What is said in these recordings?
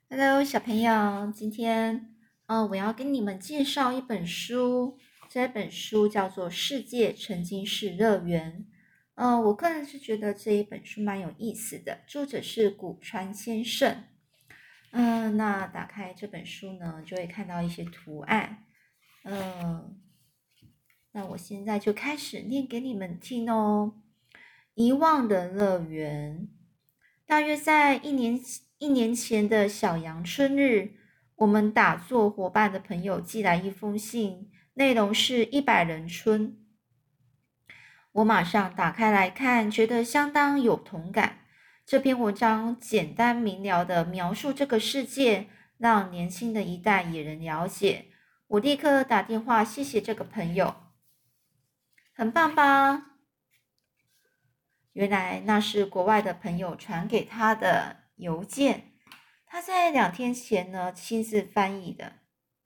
Hello，小朋友，今天我要跟你们介绍一本书，这本书叫做《世界沉浸式乐园》。我个人是觉得这一本书蛮有意思的，作者是古川先生。那打开这本书呢，就会看到一些图案。那我现在就开始念给你们听哦。遗忘的乐园，大约在一年前的小阳春日，我们打坐伙伴的朋友寄来一封信，内容是100人村。我马上打开来看，觉得相当有同感。这篇文章简单明了地描述这个世界，让年轻的一代也能了解。我立刻打电话谢谢这个朋友，很棒吧？原来那是国外的朋友传给他的邮件，他在2天前呢亲自翻译的。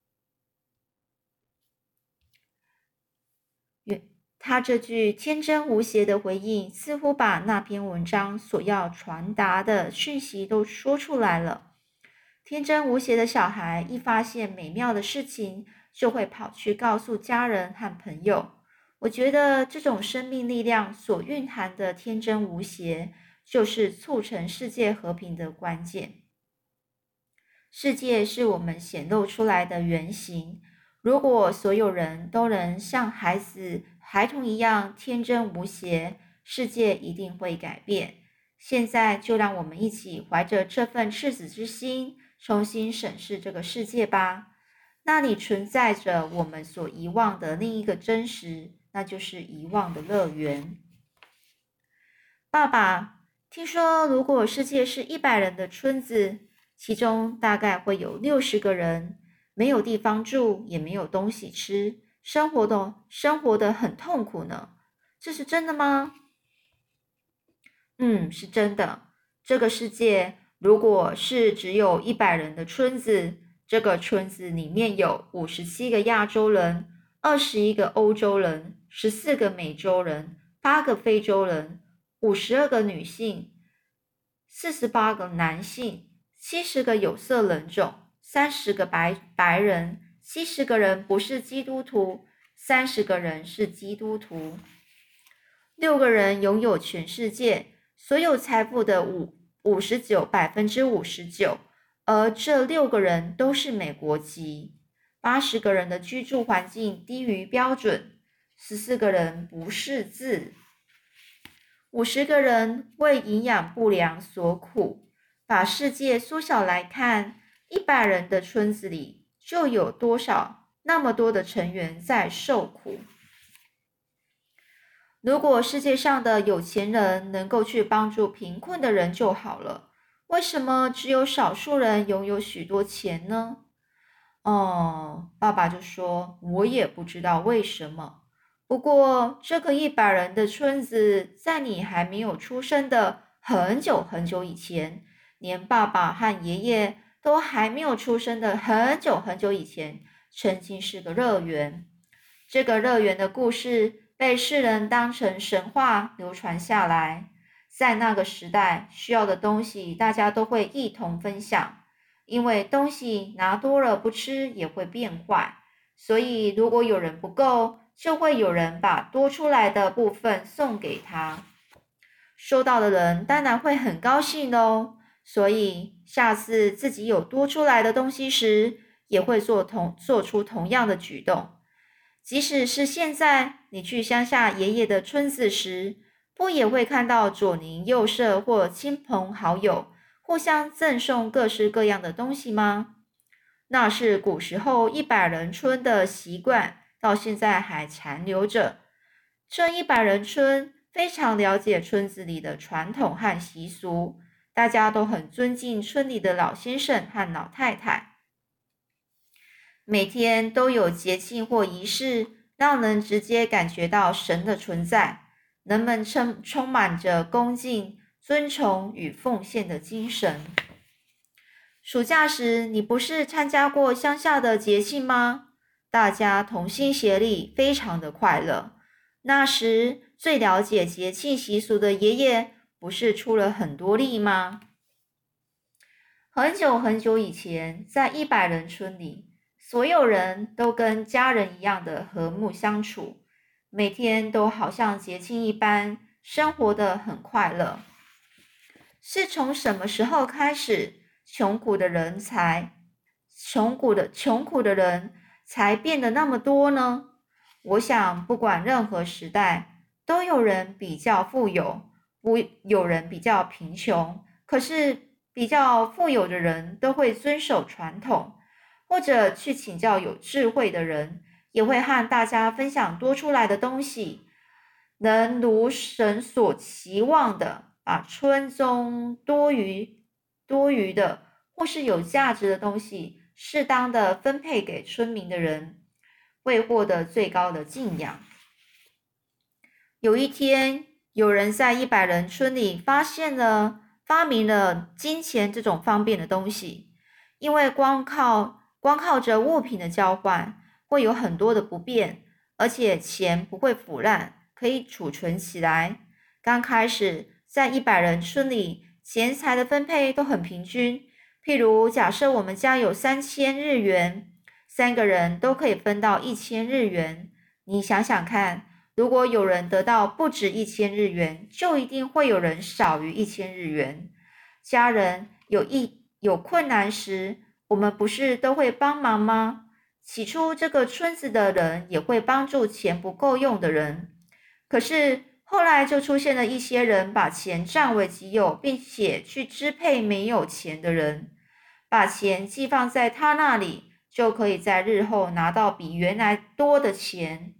他这句天真无邪的回应，似乎把那篇文章所要传达的讯息都说出来了。天真无邪的小孩一发现美妙的事情，就会跑去告诉家人和朋友。我觉得这种生命力量所蕴含的天真无邪，就是促成世界和平的关键。世界是我们显露出来的原型。如果所有人都能像孩童一样天真无邪，世界一定会改变。现在就让我们一起怀着这份赤子之心，重新审视这个世界吧。那里存在着我们所遗忘的另一个真实，那就是遗忘的乐园。爸爸，听说如果世界是100人的村子，其中大概会有60个人没有地方住，也没有东西吃，生活的很痛苦呢。这是真的吗？是真的。这个世界如果是只有100人的村子，这个村子里面有57个亚洲人、21个欧洲人、14个美洲人、8个非洲人、52个女性、48个男性、70个有色人种、30个白人、70个人不是基督徒、30个人是基督徒。6个人拥有全世界所有财富的59%，而这6个人都是美国籍。80个人的居住环境低于标准，14个人不识字，50个人为营养不良所苦。把世界缩小来看，100人的村子里就有那么多的成员在受苦。如果世界上的有钱人能够去帮助贫困的人就好了，为什么只有少数人拥有许多钱呢？爸爸就说，我也不知道为什么。不过，这个100人的村子，在你还没有出生的很久很久以前，连爸爸和爷爷都还没有出生的很久很久以前，曾经是个乐园。这个乐园的故事被世人当成神话流传下来。在那个时代，需要的东西大家都会一同分享，因为东西拿多了不吃也会变坏，所以如果有人不够，就会有人把多出来的部分送给他。收到的人当然会很高兴咯，所以下次自己有多出来的东西时，也会做出同样的举动。即使是现在，你去乡下爷爷的村子时，不也会看到左邻右舍或亲朋好友互相赠送各式各样的东西吗？那是古时候100人村的习惯，到现在还残留着。这100人村非常了解村子里的传统和习俗，大家都很尊敬村里的老先生和老太太。每天都有节庆或仪式，让人直接感觉到神的存在。人们充满着恭敬、尊崇与奉献的精神。暑假时，你不是参加过乡下的节庆吗？大家同心协力，非常的快乐。那时最了解节庆习俗的爷爷，不是出了很多力吗？ 很久很久以前，在100人村里，所有人都跟家人一样的和睦相处，每天都好像节庆一般，生活得很快乐。是从什么时候开始，穷苦的人才变得那么多呢？我想，不管任何时代，都有人比较富有，不有人比较贫穷。可是，比较富有的人都会遵守传统，或者去请教有智慧的人，也会和大家分享多出来的东西，能如神所期望的，把村中多余的或是有价值的东西，适当的分配给村民的人，会获得最高的敬仰。有一天，有人在100人村里发明了金钱这种方便的东西，因为光靠着物品的交换，会有很多的不便，而且钱不会腐烂，可以储存起来。刚开始，在100人村里，钱财的分配都很平均。譬如，假设我们家有3000日元，3个人都可以分到1000日元。你想想看，如果有人得到不止1000日元，就一定会有人少于1000日元。家人有困难时，我们不是都会帮忙吗？起初，这个村子的人也会帮助钱不够用的人。可是后来就出现了一些人把钱占为己有，并且去支配没有钱的人，把钱寄放在他那里，就可以在日后拿到比原来多的钱。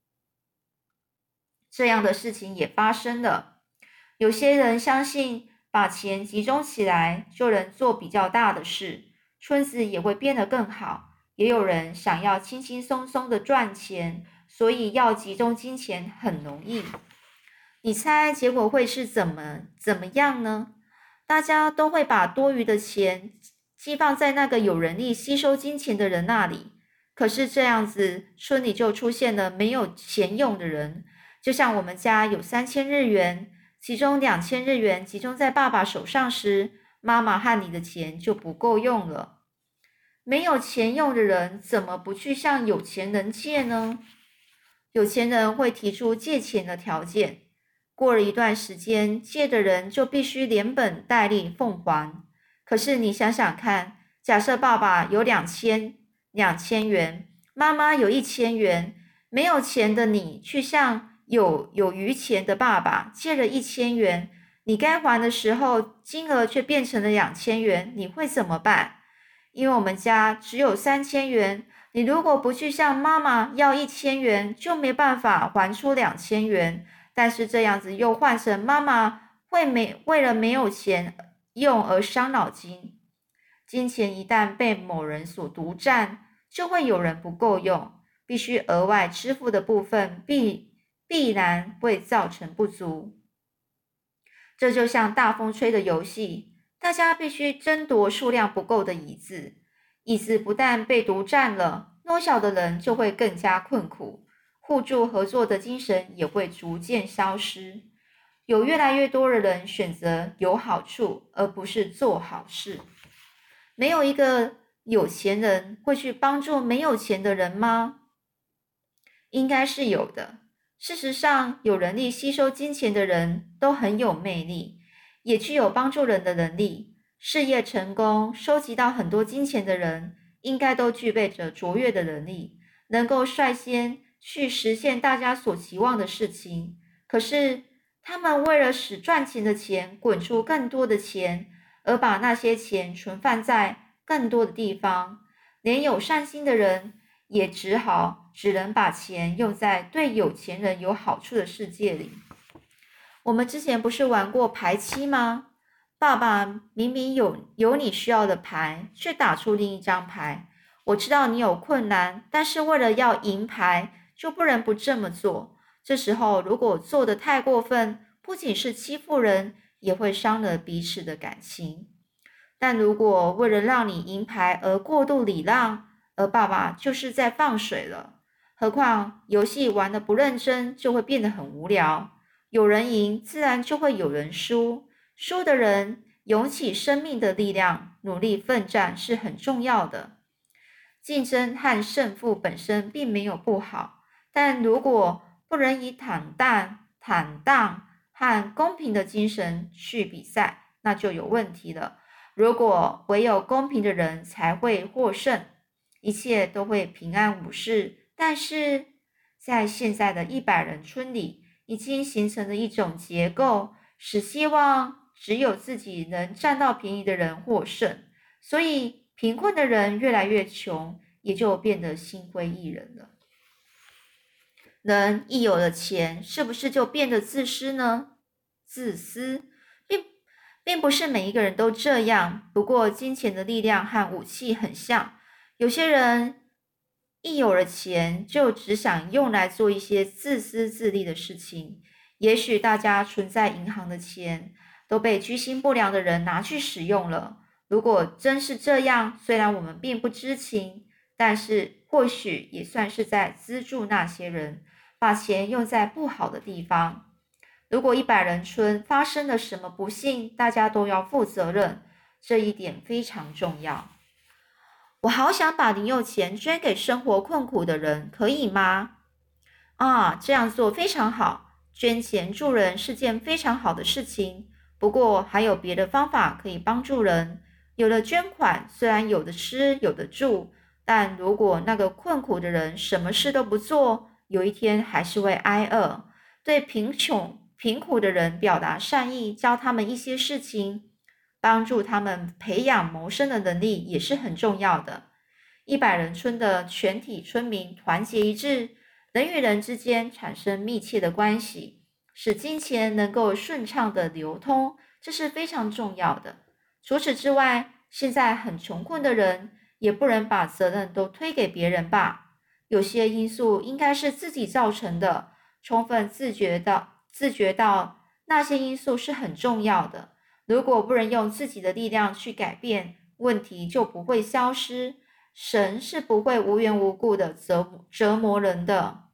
这样的事情也发生了。有些人相信把钱集中起来就能做比较大的事，村子也会变得更好。也有人想要轻轻松松的赚钱，所以要集中金钱很容易。你猜结果会是怎么样呢？大家都会把多余的钱寄放在那个有能力吸收金钱的人那里。可是这样子，村里就出现了没有钱用的人。就像我们家有3000日元，其中2000日元集中在爸爸手上时，妈妈和你的钱就不够用了。没有钱用的人，怎么不去向有钱人借呢？有钱人会提出借钱的条件，过了一段时间，借的人就必须连本带利奉还。可是你想想看，假设爸爸有2000元，妈妈有1000元，没有钱的你去向有余钱的爸爸借了1000元，你该还的时候，金额却变成了2000元，你会怎么办？因为我们家只有3000元，你如果不去向妈妈要1000元，就没办法还出2000元。但是这样子又换成妈妈为了没有钱用而伤脑筋。金钱一旦被某人所独占，就会有人不够用，必须额外支付的部分必然会造成不足。这就像大风吹的游戏，大家必须争夺数量不够的椅子，椅子不但被独占了，弱小的人就会更加困苦，互助合作的精神也会逐渐消失。有越来越多的人选择有好处，而不是做好事。没有一个有钱人会去帮助没有钱的人吗？应该是有的。事实上，有能力吸收金钱的人都很有魅力，也具有帮助人的能力。事业成功、收集到很多金钱的人，应该都具备着卓越的能力，能够率先去实现大家所期望的事情。可是，他们为了使赚钱的钱滚出更多的钱，而把那些钱存放在更多的地方，连有善心的人也只能把钱用在对有钱人有好处的世界里。我们之前不是玩过牌七吗？爸爸明明有你需要的牌，却打出另一张牌。我知道你有困难，但是为了要赢牌，就不能不这么做。这时候如果做得太过分，不仅是欺负人，也会伤了彼此的感情。但如果为了让你赢牌而过度礼让，而爸爸就是在放水了。何况游戏玩得不认真，就会变得很无聊。有人赢，自然就会有人输。输的人涌起生命的力量， 努力奋战是很重要的。竞争和胜负本身并没有不好，但如果不能以坦荡和公平的精神去比赛，那就有问题了。如果唯有公平的人才会获胜，一切都会平安无事。但是在现在的100人村里，已经形成了一种结构，使希望只有自己能占到便宜的人获胜，所以贫困的人越来越穷，也就变得心灰意冷了。人一有了钱，是不是就变得自私呢？自私并不是每一个人都这样，不过金钱的力量和武器很像。有些人一有了钱，就只想用来做一些自私自利的事情。也许大家存在银行的钱都被居心不良的人拿去使用了。如果真是这样，虽然我们并不知情，但是或许也算是在资助那些人，把钱用在不好的地方。如果100人村发生了什么不幸，大家都要负责任，这一点非常重要。我好想把零用钱捐给生活困苦的人，可以吗？这样做非常好，捐钱助人是件非常好的事情。不过还有别的方法可以帮助人。有了捐款，虽然有的吃，有的住，但如果那个困苦的人什么事都不做，有一天还是会挨饿。对贫苦的人表达善意，教他们一些事情，帮助他们培养谋生的能力也是很重要的。100人村的全体村民团结一致，人与人之间产生密切的关系，使金钱能够顺畅的流通，这是非常重要的。除此之外，现在很穷困的人也不能把责任都推给别人吧，有些因素应该是自己造成的，充分自觉到那些因素是很重要的。如果不能用自己的力量去改变，问题就不会消失。神是不会无缘无故的折磨人的。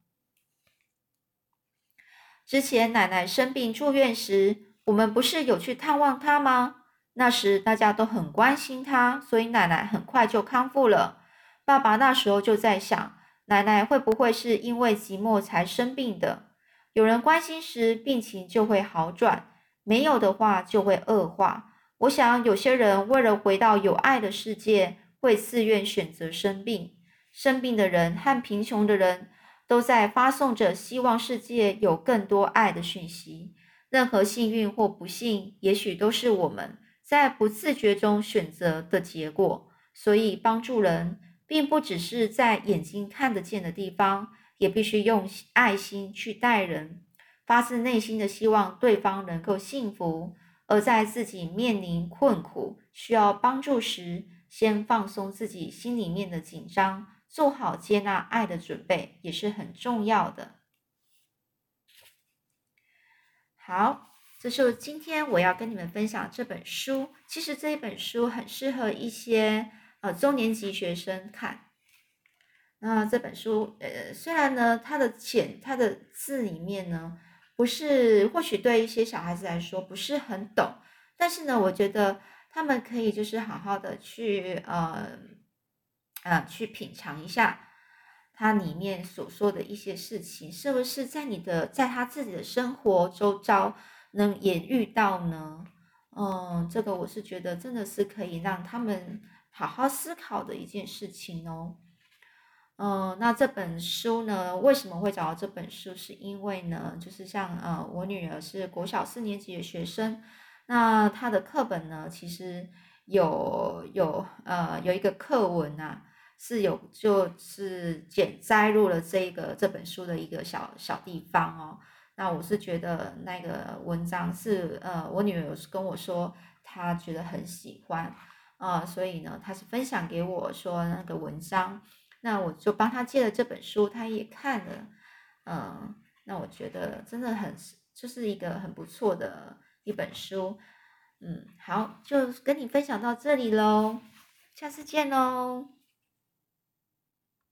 之前奶奶生病住院时，我们不是有去探望她吗？那时大家都很关心她，所以奶奶很快就康复了。爸爸那时候就在想，奶奶会不会是因为寂寞才生病的？有人关心时，病情就会好转；没有的话，就会恶化。我想，有些人为了回到有爱的世界，会自愿选择生病。生病的人和贫穷的人都在发送着希望世界有更多爱的讯息。任何幸运或不幸，也许都是我们在不自觉中选择的结果。所以，帮助人并不只是在眼睛看得见的地方，也必须用爱心去待人，发自内心的希望对方能够幸福。而在自己面临困苦、需要帮助时，先放松自己心里面的紧张，做好接纳爱的准备，也是很重要的。好，这是今天我要跟你们分享这本书。其实这一本书很适合一些中年级学生看。那这本书虽然呢它的字里面呢不是，或许对一些小孩子来说不是很懂，但是呢我觉得他们可以就是好好的去去品尝一下它里面所说的一些事情，是不是在他自己的生活周遭能也遇到呢？这个我是觉得真的是可以让他们好好思考的一件事情哦。那这本书呢，为什么会找到这本书？是因为呢，就是像我女儿是国小4年级的学生，那她的课本呢，其实有一个课文啊，就是摘录了这本书的一个小小地方哦。那我是觉得那个文章是我女儿有跟我说，她觉得很喜欢所以呢，她是分享给我说那个文章。那我就帮他借了这本书，他也看了，那我觉得真的就是一个很不错的一本书，好，就跟你分享到这里喽，下次见喽。